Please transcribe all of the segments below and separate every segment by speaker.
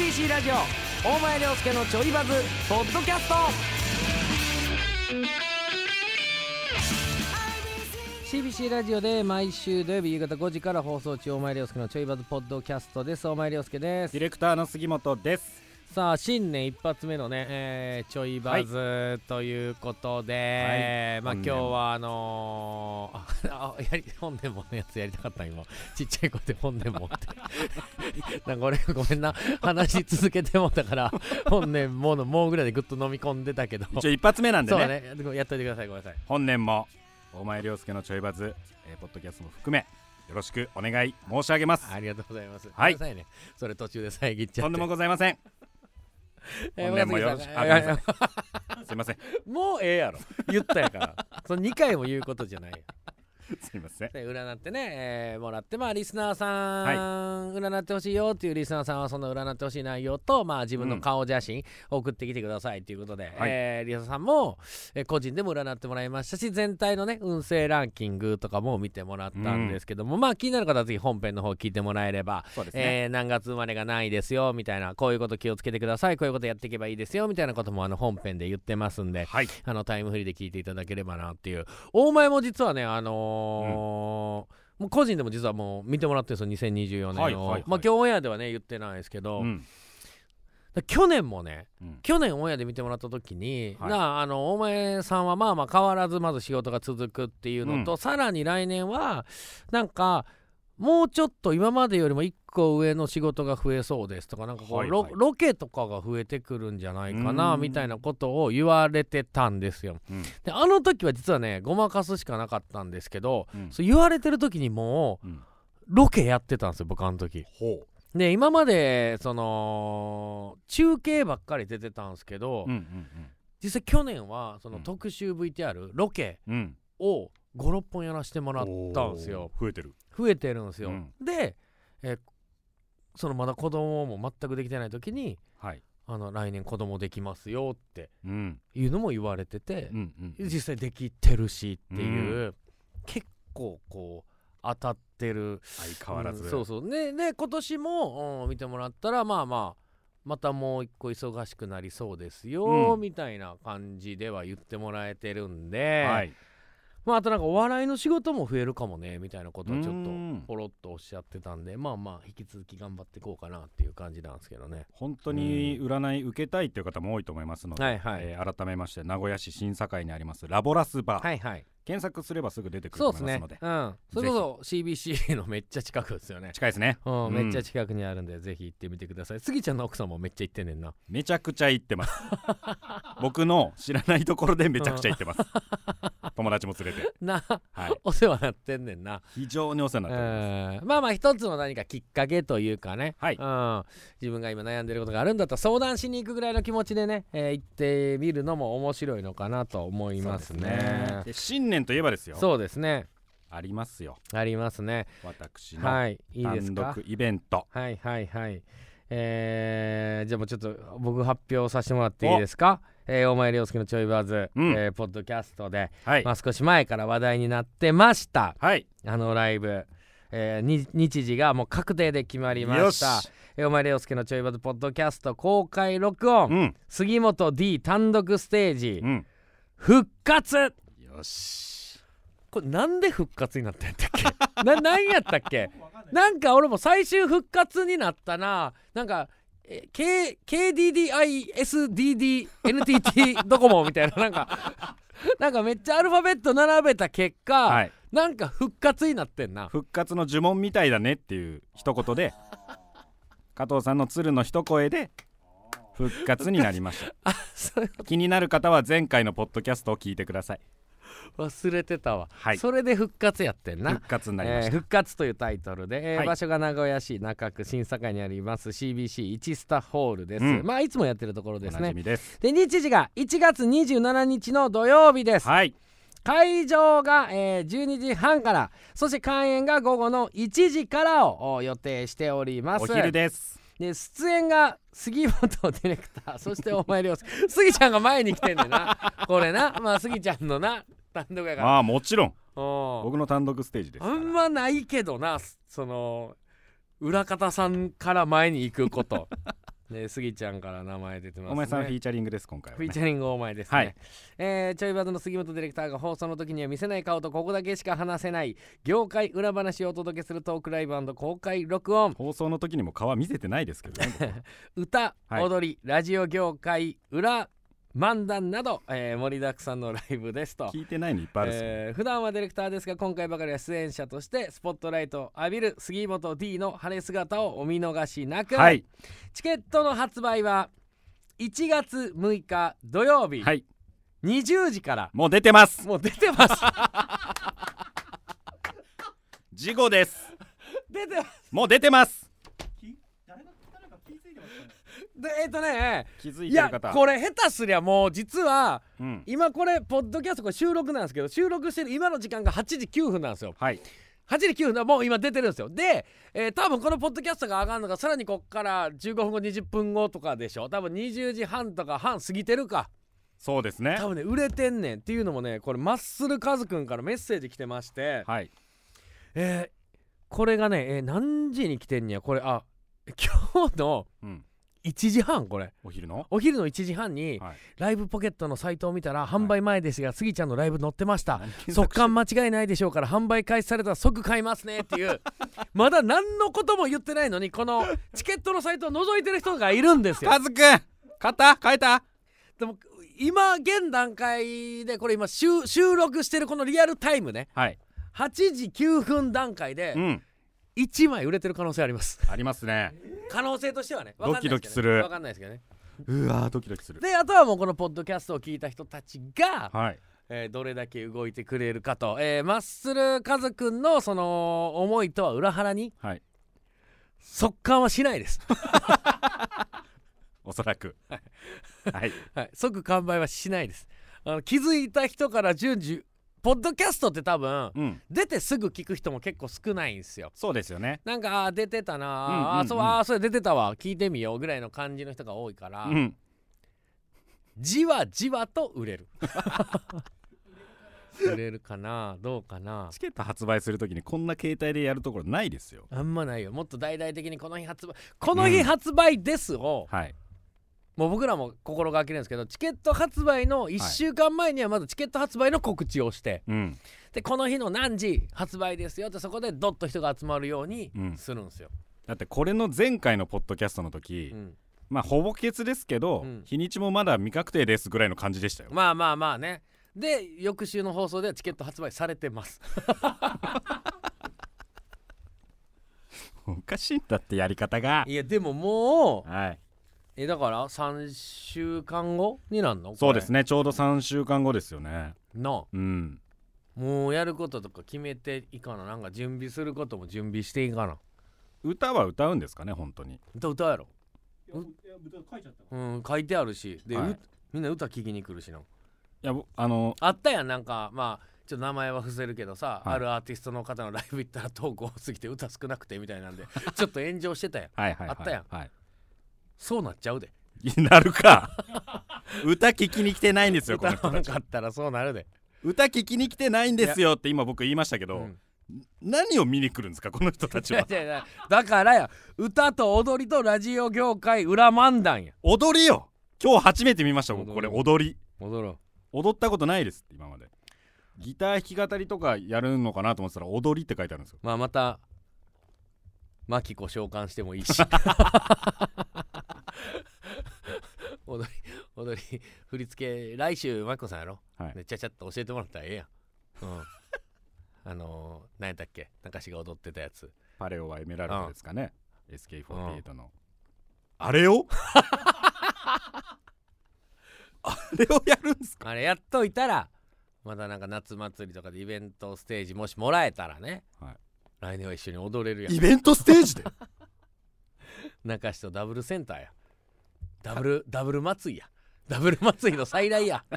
Speaker 1: CBC ラジオ大前涼介のちょいバズポッドキャスト。 CBC ラジオで毎週土曜日夕方5時から放送中、大前涼介のちょいバズポッドキャストです。大前涼介です。
Speaker 2: ディレクターの杉本です。
Speaker 1: さあ新年一発目のね、ちょいバズということで、まあ今日は本年ものやつやりたかった今ちっちゃい子で本年もってなんか俺ごめんな話し続けてもだから本年ものもうぐらいでぐっと飲み込んでたけど
Speaker 2: 一応一発目なんでね。
Speaker 1: そうね、やっといてください。ごめんなさい。
Speaker 2: 本年も大前涼介のちょいバズ、ポッドキャストも含めよろしくお願い申し上げます。
Speaker 1: ありがとうございます。
Speaker 2: はい、
Speaker 1: ごめんなさいね、それ途中で遮っちゃって。
Speaker 2: とんでもございません。本年もよろしく。すいません。
Speaker 1: もうええやろ言ったやからその2回も言うことじゃない
Speaker 2: すいません。
Speaker 1: で占ってね、もらって、まあリスナーさん、占ってほしいよっていうリスナーさんはその占ってほしい内容と、まあ自分の顔写真送ってきてくださいということで、リスナーさんも、個人でも占ってもらいましたし、全体のね運勢ランキングとかも見てもらったんですけども、まあ気になる方はぜひ本編の方聞いてもらえれば、
Speaker 2: そうですね、
Speaker 1: 何月生まれがないですよみたいな、こういうこと気をつけてください、こういうことやっていけばいいですよみたいなことも本編で言ってますんで、タイムフリーで聞いていただければなっていう。大前も実はねもう個人でも実はもう見てもらってるんですよ、2024年を。まあ今日オンエアではね言ってないですけど、去年もね、去年オンエアで見てもらった時に、大前さんはまあまあ変わらずまず仕事が続くっていうのと、さらに来年はなんかもうちょっと今までよりも1個上の仕事が増えそうですとか、なんかこう、ロケとかが増えてくるんじゃないかなみたいなことを言われてたんですよ。であの時は実はねごまかすしかなかったんですけど、そう言われてる時にもう、ロケやってたんですよ僕あの時。で今までその中継ばっかり出てたんですけど、実際去年はその特集 VTR、ロケを5、6本やらせてもらったんですよ。増えてるんですよ。で、そのまだ子供も全くできてない時に、来年子供できますよっていうのも言われてて、実際できてるしっていう、結構こう当たってる。
Speaker 2: 相変わらず、
Speaker 1: そうそうね。で今年も、見てもらったらまたもう一個忙しくなりそうですよ、みたいな感じでは言ってもらえてるんで、まああとなんかお笑いの仕事も増えるかもねみたいなことをちょっとポロッとおっしゃってたんで、まあ引き続き頑張っていこうかなっていう感じなんですけどね。
Speaker 2: 本当に占い受けたいっていう方も多いと思いますので、改めまして名古屋市新堺にありますラボラスバー、検索すればすぐ出てくると思いますので、
Speaker 1: それこそ CBC のめっちゃ近くですよね。
Speaker 2: 近いですね。
Speaker 1: めっちゃ近くにあるんでぜひ行ってみてください。スギちゃんの奥さんもめっちゃ行ってんねんな。
Speaker 2: めちゃくちゃ行ってます僕の知らないところでめちゃくちゃ行ってます友達も連れて
Speaker 1: お世話なってんねんな。
Speaker 2: 非常にお世話になってます。
Speaker 1: まあ一つの何かきっかけというかね、自分が今悩んでることがあるんだったら相談しに行くぐらいの気持ちでね、行ってみるのも面白いのかなと思いますね。
Speaker 2: で新年といえばですよ。
Speaker 1: そうですね、
Speaker 2: ありますよ。
Speaker 1: ありますね。
Speaker 2: 私の単独イベント。じゃ
Speaker 1: あもうちょっと僕発表させてもらっていいですか。大前涼介のちょいバズ、ポッドキャストで、少し前から話題になってました、あのライブ、日時がもう確定で決まりました。大前涼介のちょいバズポッドキャスト公開録音、杉本 D 単独ステージ、復活。よし、これなんで復活になったんやったっけ何やったっけなんか俺も最終復活になったな。なんかKDDISDDNTT ドコモみたいななんかめっちゃアルファベット並べた結果、なんか復活になってんな。
Speaker 2: 復活の呪文みたいだねっていう一言で加藤さんの鶴の一声で復活になりました気になる方は前回のポッドキャストを聞いてください。
Speaker 1: 忘れてたわ、それで復活やってんな。
Speaker 2: 復活になりました。
Speaker 1: 復活というタイトルで、場所が名古屋市中区新堺にあります CBC1 スタホールです。まあいつもやってるところですね。
Speaker 2: おなじみです。
Speaker 1: で日時が1月27日の土曜日です。会場が、12時半から、そして開演が午後の1時からを予定しております。
Speaker 2: お昼です。
Speaker 1: で出演が杉本ディレクター、そして大前涼介杉ちゃんが前に来てんねんなこれな。まあ杉ちゃんのな単独やから。
Speaker 2: もちろん僕の単独ステージですから。
Speaker 1: あんまないけどな、その裏方さんから前に行くことでスギちゃんから名前出てますね。
Speaker 2: お前さんフィーチャリングです今回は、ね、
Speaker 1: フィーチャリングお前ですね、はい。ちょいバズの杉本ディレクターが放送の時には見せない顔とここだけしか話せない業界裏話をお届けするトークライブ&公開録音。
Speaker 2: 放送の時にも顔見せてないですけどね
Speaker 1: 歌、
Speaker 2: はい、
Speaker 1: 踊り、ラジオ業界裏漫談など、盛りだくさんのライブですと。
Speaker 2: 聞いてないのいっぱいあるっすよ、
Speaker 1: 普段はディレクターですが今回ばかりは出演者としてスポットライトを浴びる杉本 D の晴れ姿をお見逃しなく、
Speaker 2: はい、
Speaker 1: チケットの発売は1月6日土曜日、
Speaker 2: はい、
Speaker 1: 20時から。
Speaker 2: もう出てます。
Speaker 1: もう出てます
Speaker 2: 事後です。
Speaker 1: 出てます。
Speaker 2: もう出てます。
Speaker 1: 誰か気づいてますかね。
Speaker 2: 気づいてる方、
Speaker 1: いやこれ下手すりゃもう実は、
Speaker 2: うん、
Speaker 1: 今これポッドキャストこれ収録なんですけど、収録してる今の時間が8時9分なんですよ。
Speaker 2: はい、
Speaker 1: 8時9分はもう今出てるんですよ。で、多分このポッドキャストが上がるのがさらにこっから15分後20分後とかでしょ。多分20時半とか半過ぎてるか。
Speaker 2: そうですね。
Speaker 1: 多分ね売れてんねんっていうのもね、これマッスルカズくんからメッセージ来てまして、
Speaker 2: はい、
Speaker 1: これがね、何時に来てんねやこれ。今日の1時半、これお昼の1時半に、はい、ライブポケットのサイトを見たら販売前ですが、スギちゃんのライブ載ってました、速乾間違いないでしょうから販売開始されたら即買いますねっていうまだ何のことも言ってないのにこのチケットのサイトを覗いてる人がいるんですよ。
Speaker 2: カズくん買った買えた。
Speaker 1: でも今現段階でこれ今収録してるこのリアルタイムね、
Speaker 2: はい、
Speaker 1: 8時9分段階で、1枚売れてる可能性あります。
Speaker 2: ありますね。
Speaker 1: 可能性としてはね。
Speaker 2: ドキドキする。
Speaker 1: 分かんないですけどね。
Speaker 2: うわードキドキする。
Speaker 1: であとはもうこのポッドキャストを聞いた人たちが、
Speaker 2: はい、
Speaker 1: どれだけ動いてくれるかと、マッスルカズくんのその思いとは裏腹に、
Speaker 2: はい、
Speaker 1: 速乾はしないです
Speaker 2: おそらくはい、
Speaker 1: はい、即完売はしないです。気づいた人から順次ポッドキャストって多分、出てすぐ聞く人も結構少ないんですよ。
Speaker 2: そうですよね。
Speaker 1: なんか出てたな、それ出てたわ聞いてみようぐらいの感じの人が多いから、じわじわと売れる売れるかなどうかな。
Speaker 2: チケット発売するときにこんな携帯でやるところないですよ。
Speaker 1: あんまないよ。もっと大々的にこの日発売ですを、
Speaker 2: はい、
Speaker 1: もう僕らも心がけるんですけど、チケット発売の1週間前にはまずチケット発売の告知をして、でこの日の何時発売ですよってそこでドッと人が集まるようにするんですよ。
Speaker 2: だってこれの前回のポッドキャストの時、まあほぼ欠ですけど、日にちもまだ未確定ですぐらいの感じでしたよ。
Speaker 1: まあね。で翌週の放送ではチケット発売されてます
Speaker 2: おかしいんだってやり方が。
Speaker 1: いやでももう、
Speaker 2: はい、
Speaker 1: だから3週間後になんの？
Speaker 2: そうですね、ちょうど3週間後ですよね。
Speaker 1: もうやることとか決めていかな。なんか準備することも準備していかな。
Speaker 2: 歌は歌うんですかね本当に。
Speaker 1: 歌やろ。歌書いちゃった。書いてあるしで、みんな歌聞きに来るしな。
Speaker 2: いや
Speaker 1: あったやん。なんかまあちょっと名前は伏せるけどさ、あるアーティストの方のライブ行ったらトーク多すぎて歌少なくてみたいなんでちょっと炎上してたやんあったやん、そうなっちゃうで。
Speaker 2: なるか歌聞きに来てないんですよこの人たち。
Speaker 1: 歌わなかったらそうなるで。
Speaker 2: 歌聞きに来てないんですよって今僕言いましたけど、何を見に来るんですかこの人たちは。
Speaker 1: だからや、歌と踊りとラジオ業界裏漫談や。
Speaker 2: 踊りよ。今日初めて見ました僕これ。踊ったことないですって今まで。ギター弾き語りとかやるのかなと思ってたら踊りって書いてあるんですよ。
Speaker 1: またマキコ召喚してもいいし踊り振り付け来週マキコさんやろ、ちゃちゃっと教えてもらったらええやん。何やったっけ、中志が踊ってたやつ。
Speaker 2: パレオはエメラルドですかね、SK48 の、あれをあれをやるんですか。
Speaker 1: あれやっといたらまたなんか夏祭りとかでイベントステージもしもらえたらね、来年は一緒に踊れるやん。
Speaker 2: イベントステージで
Speaker 1: 中志とダブルセンターや。ダブル祭りや。ダブル祭りの再来や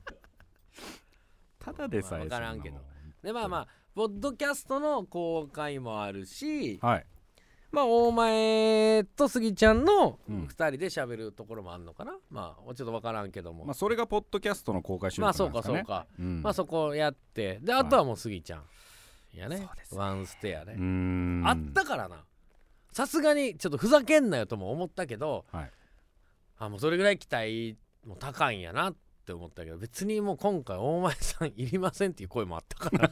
Speaker 2: ただでさえ
Speaker 1: 分からんけど。でまあポッドキャストの公開もあるし、大前とスギちゃんの2人で喋るところもあるのかな。ちょっと分からんけども、
Speaker 2: それがポッドキャストの公開収録なんですかね。
Speaker 1: そうか、そこやってであとはもうスギちゃんやね、ワンステやね。あったからな。さすがにちょっとふざけんなよとも思ったけど、 もうそれぐらい期待も高いんやなって思ったけど、別にもう今回大前さんいりませんっていう声もあったから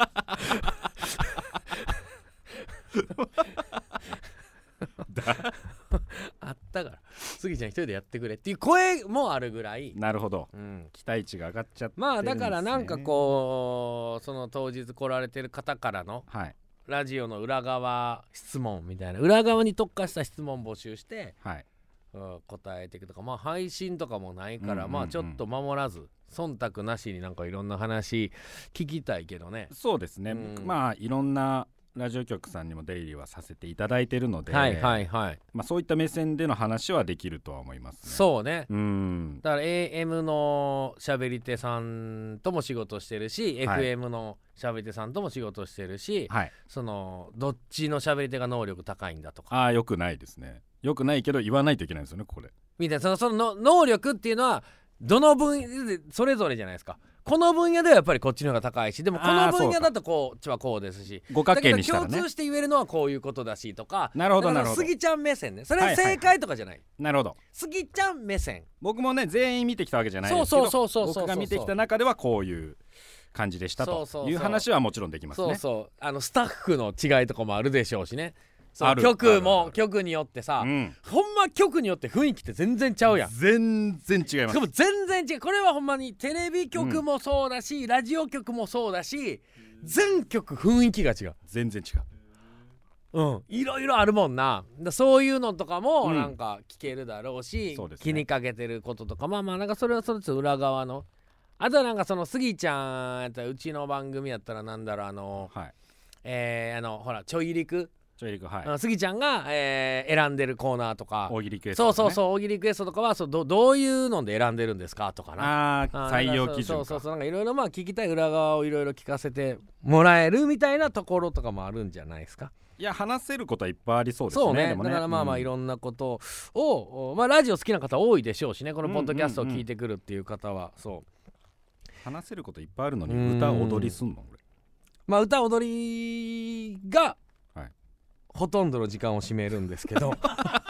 Speaker 1: あったからスギちゃん一人でやってくれっていう声もあるぐらい。
Speaker 2: なるほど、
Speaker 1: うん、
Speaker 2: 期待値が上がっちゃってるんですね。
Speaker 1: まあだからなんかこうその当日来られてる方からの、
Speaker 2: はい、
Speaker 1: ラジオの裏側質問みたいな、裏側に特化した質問募集して、
Speaker 2: はい、
Speaker 1: 答えていくとか、まあ配信とかもないから、まあちょっと守らず忖度なしになんかいろんな話聞きたいけどね。
Speaker 2: そうですね、まあいろんなラジオ局さんにも出入りはさせていただいているので、はいはいはい、まあ、そういった目線での話はできるとは思いますね。
Speaker 1: そうね、だから AM のしゃべり手さんとも仕事してるし、はい、FM のしゃべり手さんとも仕事してるし、はい、そのどっちのしゃべり手が能力高いんだとか、
Speaker 2: よくないですね。よくないけど言わないといけないんですよね、これ
Speaker 1: みたいな。その能力っていうのはどの分野でそれぞれじゃないですか。この分野ではやっぱりこっちの方が高いし、でもこの分野だとこっちはこうですし、
Speaker 2: 五角形にしたらね、
Speaker 1: 共通して言えるのはこういうことだしとか。
Speaker 2: なるほどなるほど。
Speaker 1: スギちゃん目線ね。それは正解とかじゃない、
Speaker 2: なるほど。
Speaker 1: スギちゃん目線。
Speaker 2: 僕もね全員見てきたわけじゃないですけど、僕が見てきた中ではこういう感じでしたという話はもちろんできますね。
Speaker 1: スタッフの違いとかもあるでしょうしね。局によってさ、ほんま局によって雰囲気って全然ちゃうやん。
Speaker 2: 全然違います。
Speaker 1: でも全然違う。これはほんまにテレビ局もそうだし、ラジオ局もそうだし、全局雰囲気が違う。
Speaker 2: 全然違
Speaker 1: う。いろいろあるもんな。そういうのとかもなんか聞けるだろうし、気にかけてることとか、まあなんかそれはそれと裏側の。あとはなんかそのスギちゃんやったら、うちの番組やったらなんだろう、ほらちょいりくスギちゃんが、選んでるコーナーとか、
Speaker 2: 大喜利クエスト、ね、
Speaker 1: 大喜利クエストとかはどういうので選んでるんですかとかな。
Speaker 2: 採用基準か。
Speaker 1: なんかいろいろ聞きたい裏側をいろいろ聞かせてもらえるみたいなところとかもあるんじゃないですか。
Speaker 2: いや話せることはいっぱいありそうですね。
Speaker 1: そうね。
Speaker 2: でもね、
Speaker 1: だからいろんなことを、ラジオ好きな方多いでしょうしね、このポッドキャストを聞いてくるっていう方は。
Speaker 2: 話せることいっぱいあるのに歌踊りすんの俺。
Speaker 1: 歌踊りがほとんどの時間を占めるんですけど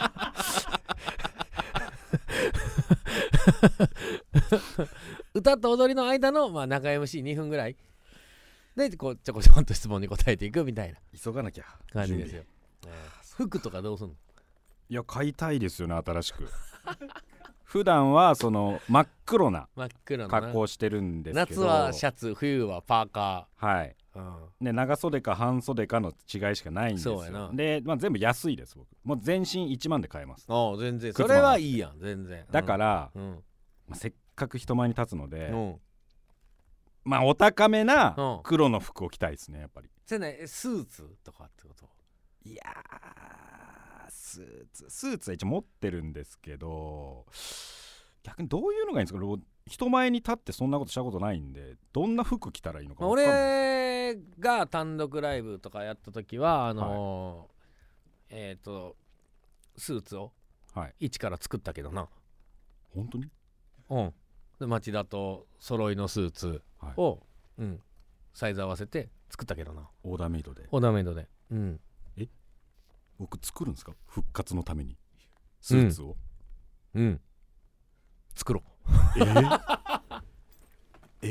Speaker 1: 歌と踊りの間の、中 MC2 分ぐらいでちょこちょこっと質問に答えていくみたいな
Speaker 2: 急がなきゃ
Speaker 1: 感じですよ。服とかどうすんの？
Speaker 2: いや買いたいですよね、新しく普段はその真っ黒な格好してるんですけど、
Speaker 1: 夏はシャツ、冬はパーカ
Speaker 2: ー、はい、長袖か半袖かの違いしかないんですよ。
Speaker 1: そうやな。
Speaker 2: で、全部安いです。僕もう全身1万で買えます。
Speaker 1: 全然それはいいやん。全然
Speaker 2: だから、せっかく人前に立つので、お高めな黒の服を着たいですね、やっぱり。
Speaker 1: スーツとかってこと？
Speaker 2: いやスーツは一応持ってるんですけど、逆にどういうのがいいんですか？人前に立ってそんなことしたことないんで、どんな服着たらいいのか分かんない。
Speaker 1: 俺が単独ライブとかやった時はスーツを一から作ったけどな。
Speaker 2: 本当に？
Speaker 1: で町田と揃いのスーツを、サイズ合わせて作ったけどな。
Speaker 2: オーダーメイドで。僕作るんですか？復活のためにスーツを。
Speaker 1: 作ろ
Speaker 2: う。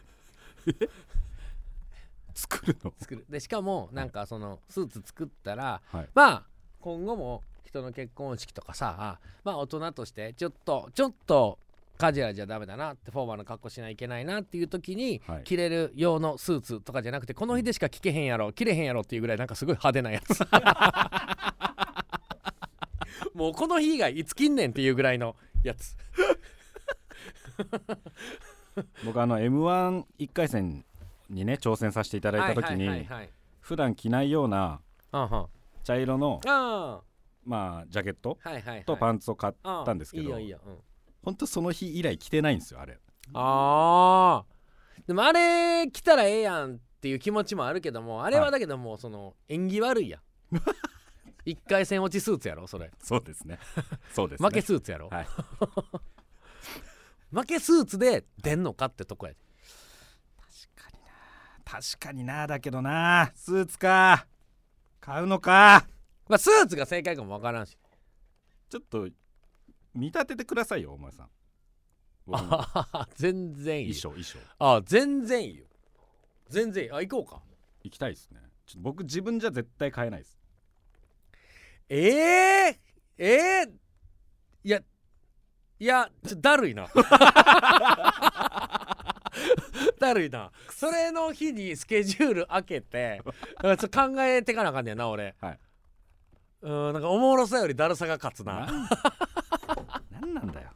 Speaker 2: 作るの？
Speaker 1: 作る。でしかもなんかそのスーツ作ったら、今後も人の結婚式とかさ、大人としてちょっとカジュアルじゃダメだなって、フォーマルな格好しないといけないなっていう時に着れる用のスーツとかじゃなくて、この日でしか着れへんやろっていうぐらいなんかすごい派手なやつもうこの日以外いつ着んねんっていうぐらいのやつ
Speaker 2: 僕M11 回戦にね挑戦させていただいた時に、普段着ないような茶色のジャケットとパンツを買ったんですけど、ほんとその日以来着てないんですよ、あれ。
Speaker 1: でもあれ着たらええやんっていう気持ちもあるけども、あれはだけどもその縁起悪いやん1回戦落ちスーツやろそれ。
Speaker 2: そうですね負
Speaker 1: けスーツやろ、負けスーツで出んのかってとこやで。
Speaker 2: 確かにな。だけどな、スーツか買うのか。
Speaker 1: スーツが正解かもわからんし、
Speaker 2: ちょっと見立ててくださいよお前さん。
Speaker 1: 全然いい。
Speaker 2: 衣装。
Speaker 1: 全然いいよ。全然いい。行こうか。
Speaker 2: 行きたいですね。ちょっと僕自分じゃ絶対買えないです。
Speaker 1: いやだるいな。だるいな。それの日にスケジュール開けてちょっと考えてかなあかんねんな俺。
Speaker 2: はい。
Speaker 1: なんかおもろさよりだるさが勝つな。
Speaker 2: なんなんだよ。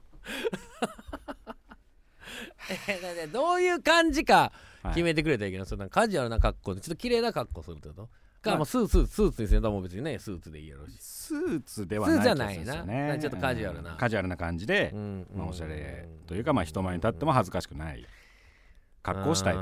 Speaker 1: どういう感じか決めてくれたらいいけど、そのカジュアルな格好でちょっと綺麗な格好するってことか、もうスーツにするともう別にねスーツでいいやろし。
Speaker 2: スーツではないですよね。
Speaker 1: スーツじゃないな。ちょっとカジュアルな
Speaker 2: 感じで、おしゃれというか、人前に立っても恥ずかしくない格好したいです。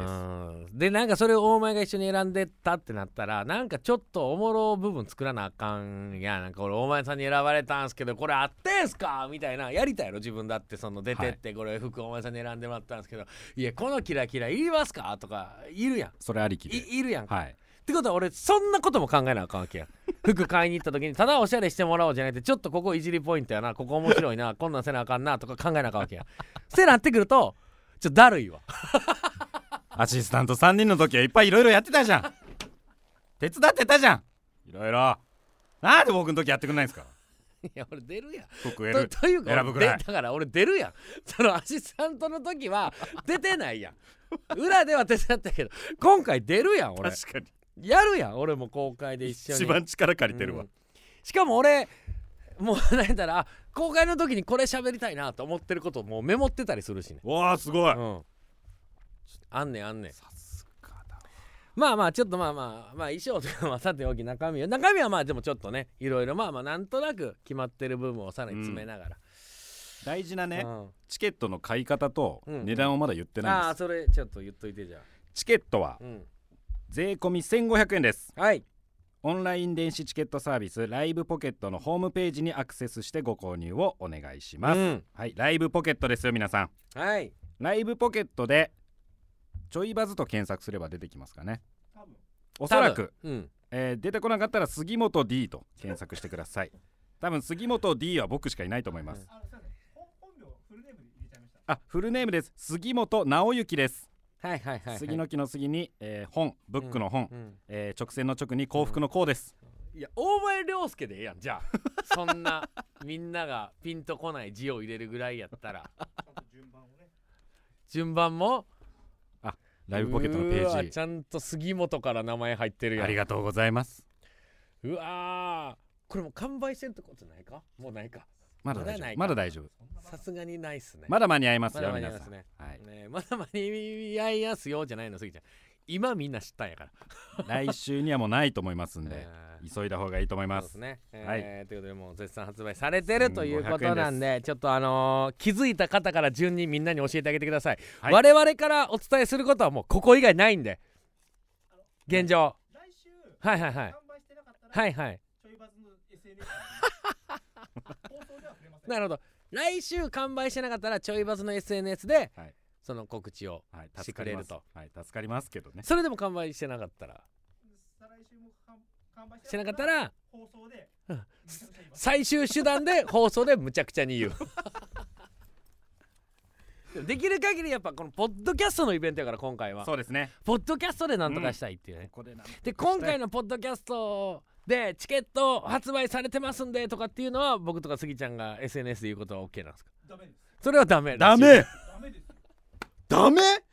Speaker 1: でなんかそれを大前が一緒に選んでたってなったら、なんかちょっとおもろ部分作らなあかんや。なんか俺大前さんに選ばれたんすけどこれ合ってんすかみたいなやりたいやろ自分だって。その出てってこれ服大前さんに選んでもらったんですけど、いやこのキラキラいりますかとかいるやん。
Speaker 2: それありきで
Speaker 1: いるやんか。
Speaker 2: はい。
Speaker 1: ってことは俺そんなことも考えなあかんわけや。服買いに行った時にただおしゃれしてもらおうじゃなくて、ちょっとここいじりポイントやな、ここ面白いな、こんなんせなあかんなとか考えなあかんわけや。せなってくるとちょっとだるいわ。
Speaker 2: アシスタント3人の時はいっぱいいろいろやってたじゃん。手伝ってたじゃん。いろいろ。なんで僕の時やってくんないんですか。
Speaker 1: いや俺出るやん。
Speaker 2: というか選ぶぐらい
Speaker 1: だから俺出るやん。そのアシスタントの時は出てないやん。裏では手伝ったけど今回出るやん俺。
Speaker 2: 確かに
Speaker 1: やるやん俺も公開で一緒に。
Speaker 2: 一番力借りてるわ、
Speaker 1: しかも俺もうなんだら公開の時にこれ喋りたいなと思ってることをもうメモってたりするしね。
Speaker 2: わあすごい、
Speaker 1: あんねん。
Speaker 2: さすがだ。
Speaker 1: まあちょっとまあ衣装とかはさておき中身はまあでもちょっとねいろいろなんとなく決まってる部分をさらに詰めながら、
Speaker 2: 大事なね、チケットの買い方と値段をまだ言ってないんです。
Speaker 1: それちょっと言っといて。じゃあ
Speaker 2: チケットは税込み1500円です。
Speaker 1: はい。
Speaker 2: オンライン電子チケットサービスライブポケットのホームページにアクセスしてご購入をお願いします、はい。ライブポケットですよ皆さん。
Speaker 1: はい。
Speaker 2: ライブポケットでちょいバズと検索すれば出てきますかね。おそらく、出てこなかったら杉本 D と検索してください。多分杉本 D は僕しかいないと思います。フルネームです。杉本直之です。杉の木の杉に、本ブックの本、直線の直に幸福の幸です。
Speaker 1: いや大前涼介でええやん。じゃあそんなみんながピンとこない字を入れるぐらいやったら順番も
Speaker 2: ライブポケットのページ
Speaker 1: ちゃんと杉本から名前入ってるやん。
Speaker 2: ありがとうございます。
Speaker 1: うわこれも完売してるってことないか。もうないか。
Speaker 2: まだ大丈夫。
Speaker 1: さすがにないっすね。
Speaker 2: まだ間に合いますよ。
Speaker 1: まだ間に合いますね。まだ間に合いますよじゃないの。すぎちゃん今みんな知ったんやから
Speaker 2: 来週にはもうないと思いますんで急いだ方がいいと思います。
Speaker 1: そうですね。ということでもう絶賛発売されてるということなんで、ちょっと気づいた方から順にみんなに教えてあげてください。我々からお伝えすることはもうここ以外ないんで、現状来週はいなるほど。来週完売してなかったらちょいバズの SNS でその告知をしてくれると。
Speaker 2: 助かりますけどね。
Speaker 1: それでも完売してなかったらしてなかったら最終手段で放送でむちゃくちゃに言うできる限りやっぱこのポッドキャストのイベントやから今回は。
Speaker 2: そうですね。
Speaker 1: ポッドキャストでなんとかしたいっていうね、で今回のポッドキャストでチケット発売されてますんでとかっていうのは僕とかスギちゃんが SNS で言うことは OK なんですか。ダメです。それはダメ。
Speaker 2: ダメです。
Speaker 1: 今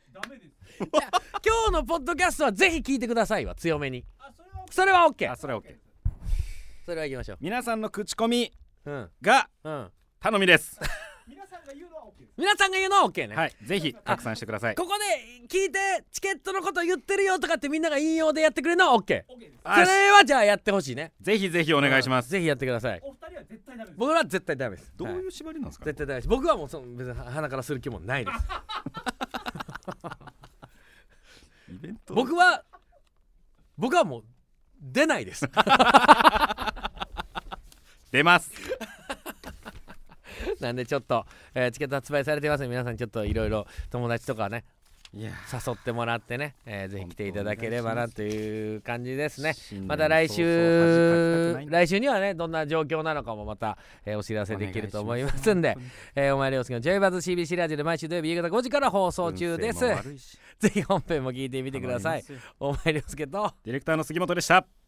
Speaker 1: 日のポッドキャストはぜひ聞いてくださいわ。強めに。それは OK。
Speaker 2: それは OK。
Speaker 1: それは行きましょう。
Speaker 2: 皆さんの口コミが頼みです。
Speaker 1: 皆さんが言うのは OK です。皆さんが言うのは OK ね。
Speaker 2: はい。ぜひ拡散してください。
Speaker 1: ここで聞いてチケットのこと言ってるよとかってみんなが引用でやってくれるのは OK。それはじゃあやってほしいね。
Speaker 2: ぜひぜひお願いします。
Speaker 1: ぜひやってください。お二人は絶対ダメです。僕らは絶対ダメです。
Speaker 2: どういう縛りなんですか。
Speaker 1: 絶対ダメです。僕はもう別に鼻からする気もないです。
Speaker 2: イベント。
Speaker 1: 僕はもう出ないです。
Speaker 2: 出ます。
Speaker 1: なんでちょっと、チケット発売されてますので皆さんちょっといろいろ友達とかね誘ってもらってね、ぜひ来ていただければなという感じですね。また来週にはねどんな状況なのかもまた、お知らせできると思いますんで、お前涼介のジョイバズ CBC ラジオで毎週土曜日夕方5時から放送中です。ぜひ本編も聞いてみてください。お前涼介と
Speaker 2: ディレクターの杉本でした。